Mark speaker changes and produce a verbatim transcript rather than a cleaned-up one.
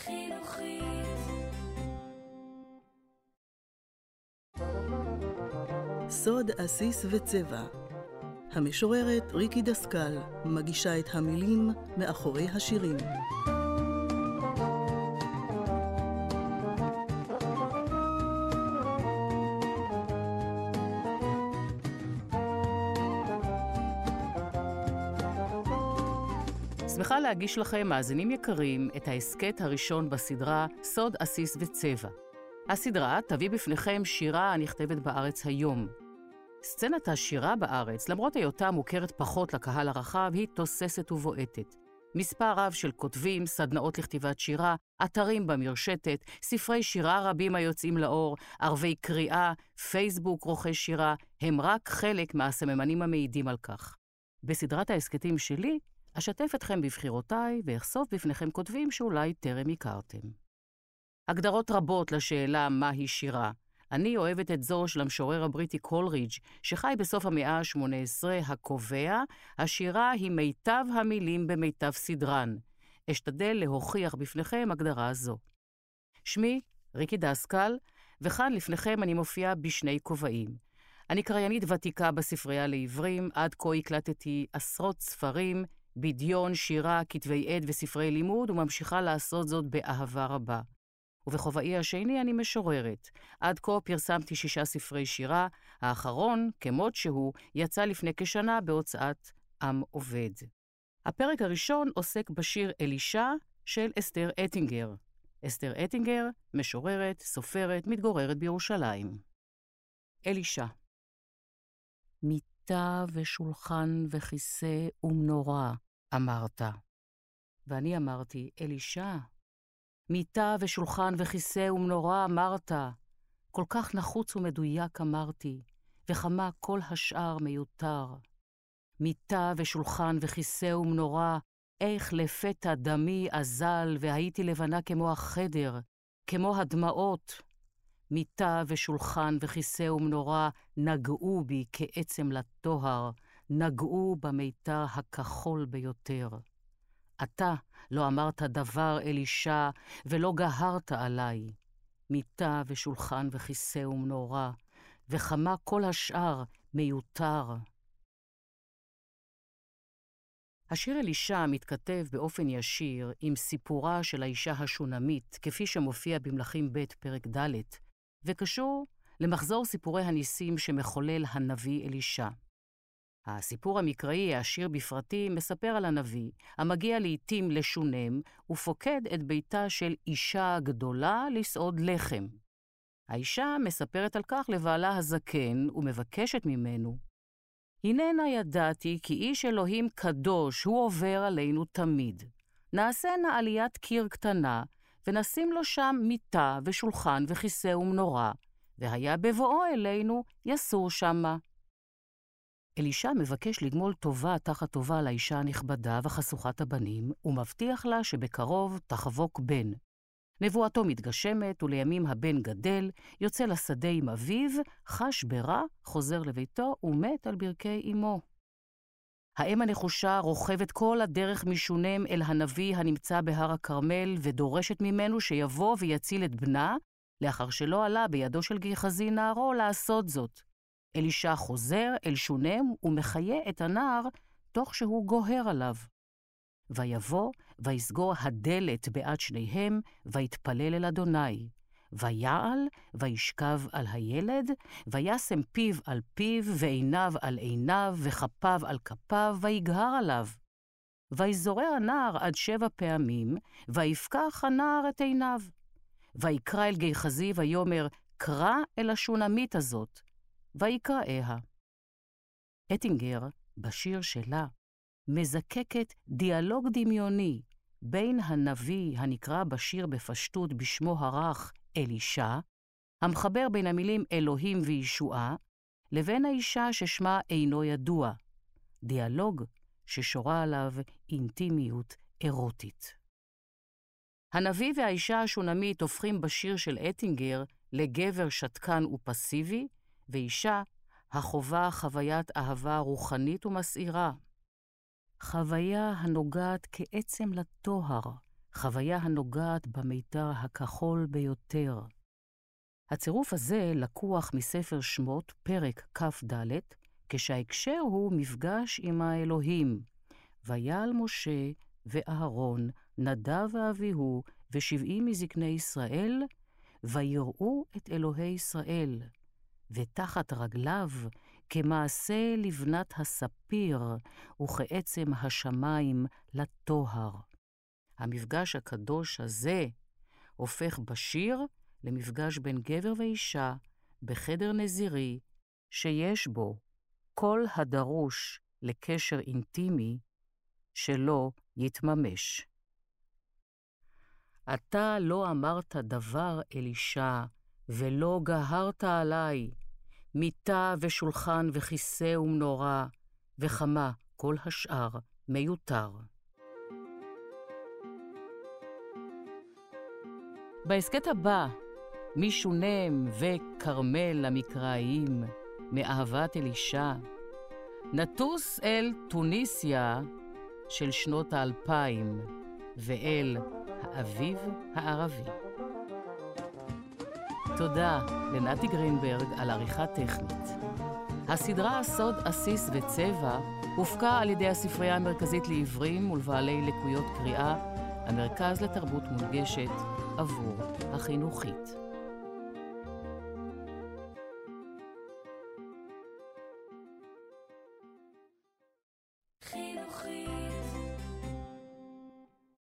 Speaker 1: חינוכית.
Speaker 2: סוד עסיס וצבע. המשוררת ריקי דסקל מגישה את המילים מאחורי השירים.
Speaker 3: שמחה להגיש לכם, מאזינים יקרים, את ההסקט הראשון בסדרה סוד עסיס וצבע. הסדרה תביא בפניכם שירה הנכתבת בארץ היום. סצנת השירה בארץ, למרות היותה מוכרת פחות לקהל הרחב, היא תוססת ובועטת. מספר רב של כותבים, סדנאות לכתיבת שירה, אתרים במרשתת, ספרי שירה רבים היוצאים לאור, ערבי קריאה, פייסבוק רוכש שירה, הם רק חלק מהסממנים המעידים על כך. בסדרת ההסקטים שלי, אשתף אתכם בבחירותיי ואחשוף בפניכם כותבים שאולי טרם הכרתם. הגדרות רבות לשאלה מהי שירה. אני אוהבת את זו של המשורר הבריטי קולרידג' שחי בסוף המאה ה-שמונה עשרה, הקובע, השירה היא מיטב המילים במיטב סדרן. אשתדל להוכיח בפניכם הגדרה זו. שמי ריקי דסקל, וכאן לפניכם אני מופיעה בשני כובעים. אני קריינית ותיקה בספרייה לעברים, עד כה הקלטתי עשרות ספרים, בדיון, שירה, כתבי עת וספרי לימוד, וממשיכה לעשות זאת באהבה רבה. ובכובעי השני אני משוררת. עד כה פרסמתי שישה ספרי שירה, האחרון, כמות שהוא, יצא לפני כשנה בהוצאת עם עובד. הפרק הראשון עוסק בשיר אלישע של אסתר אטינגר. אסתר אטינגר, משוררת, סופרת, מתגוררת בירושלים. אלישע. מיטה ושולחן וכיסא ומנורה, אמרת. ואני אמרתי, אלישע, מיטה ושולחן וכיסא ומנורה, אמרת. כל כך נחוץ ומדויק אמרתי, וכמה כל השאר מיותר. מיטה ושולחן וכיסא ומנורה, איך לפתע דמי אזל, והייתי לבנה כמו החדר, כמו הדמעות. מיטה ושולחן וכיסא ומנורה נגעו בי כעצם לטוהר, נגעו במיתר הכחול ביותר. אתה לא אמרת דבר אלישע, ולא גהרת עליי. מיטה ושולחן וכיסא ומנורה, וכמה כל השאר מיותר. השיר אלישע מתכתב באופן ישיר עם סיפורה של האישה השונמית, כפי שמופיע במלכים ב' פרק ד', וקשור למחזור סיפורי הניסים שמחולל הנביא אלישע. הסיפור המקראי, השיר בפרטי, מספר על הנביא, המגיע לעתים לשונם, ופוקד את ביתה של אישה גדולה לסעוד לחם. האישה מספרת על כך לבעלה הזקן, ומבקשת ממנו, הננה ידעתי כי איש אלוהים קדוש הוא עובר עלינו תמיד. נעשנה עליית קיר קטנה, ונשים לו שם מיטה ושולחן וכיסא ומנורה, והיה בבואו אלינו יסור שמה. אלישע מבקש לגמול טובה תחת טובה לאישה הנכבדה וחשוכת הבנים, ומבטיח לה שבקרוב תחבוק בן. נבואתו מתגשמת, ולימים הבן גדל, יוצא לשדה עם אביו, חש ברע, חוזר לביתו ומת על ברכי אמו. האם הנחושה רוכבת כל הדרך משונם אל הנביא הנמצא בהר הכרמל, ודורשת ממנו שיבוא ויציל את בנה, לאחר שלא עלה בידו של גיחזי נערו לעשות זאת. אלישע חוזר אל שונם ומחיה את הנער, תוך שהוא גוהר עליו. ויבוא ויסגור הדלת בעד שניהם, ויתפלל אל אדוני. ויעל וישכב על הילד, וישם פיו על פיו, ועיניו על עיניו, וכפיו על כפיו, ויגהר עליו. ויזורר הנער עד שבע פעמים, ויפקח הנער את עיניו. ויקרא אל גיחזי ויאמר, קרא אל השונמית הזאת, ויקראיה. אטינגר, בשיר שלה, מזקקת דיאלוג דמיוני בין הנביא הנקרא בשיר בפשטות בשמו הרך אלישע, המחבר בין המילים אלוהים וישועה, לבין האישה ששמה אינו ידוע, דיאלוג ששורה עליו אינטימיות אירוטית. הנביא והאישה השונמית הופכים בשיר של אטינגר לגבר שתקן ופסיבי, ואישה החובה חוויית אהבה רוחנית ומסעירה. חוויה הנוגעת כעצם לטוהר, חוויה הנוגעת במיתר הכחול ביותר. הצירוף הזה לקוח מספר שמות פרק כ"ד, כשההקשר הוא מפגש עם האלוהים. ויעל משה ואהרון, נדב ואביהו ושבעים מזקני ישראל, ויראו את אלוהי ישראל, ותחת רגליו כמעשה לבנת הספיר וכעצם השמיים לטוהר. המפגש הקדוש הזה הופך בשיר למפגש בין גבר ואישה בחדר נזירי, שיש בו כל הדרוש לקשר אינטימי שלא יתממש. אתה לא אמרת דבר אל אישה, ולא גהרת עליי, מיטה ושולחן וכיסא ומנורה, וכמה כל השאר מיותר. בהסקט הבא, משונם וכרמל המקראיים, מאהבת אלישע, נטוס אל טוניסיה של שנות האלפיים, ואל האביב הערבי. תודה לנתי גרינברג על עריכה טכנית. הסדרה סוד עסיס וצבע הופקה על ידי הספרייה המרכזית לעיוורים ולבעלי לקויות קריאה, המרכז לתרבות מונגשת עבור החינוכית.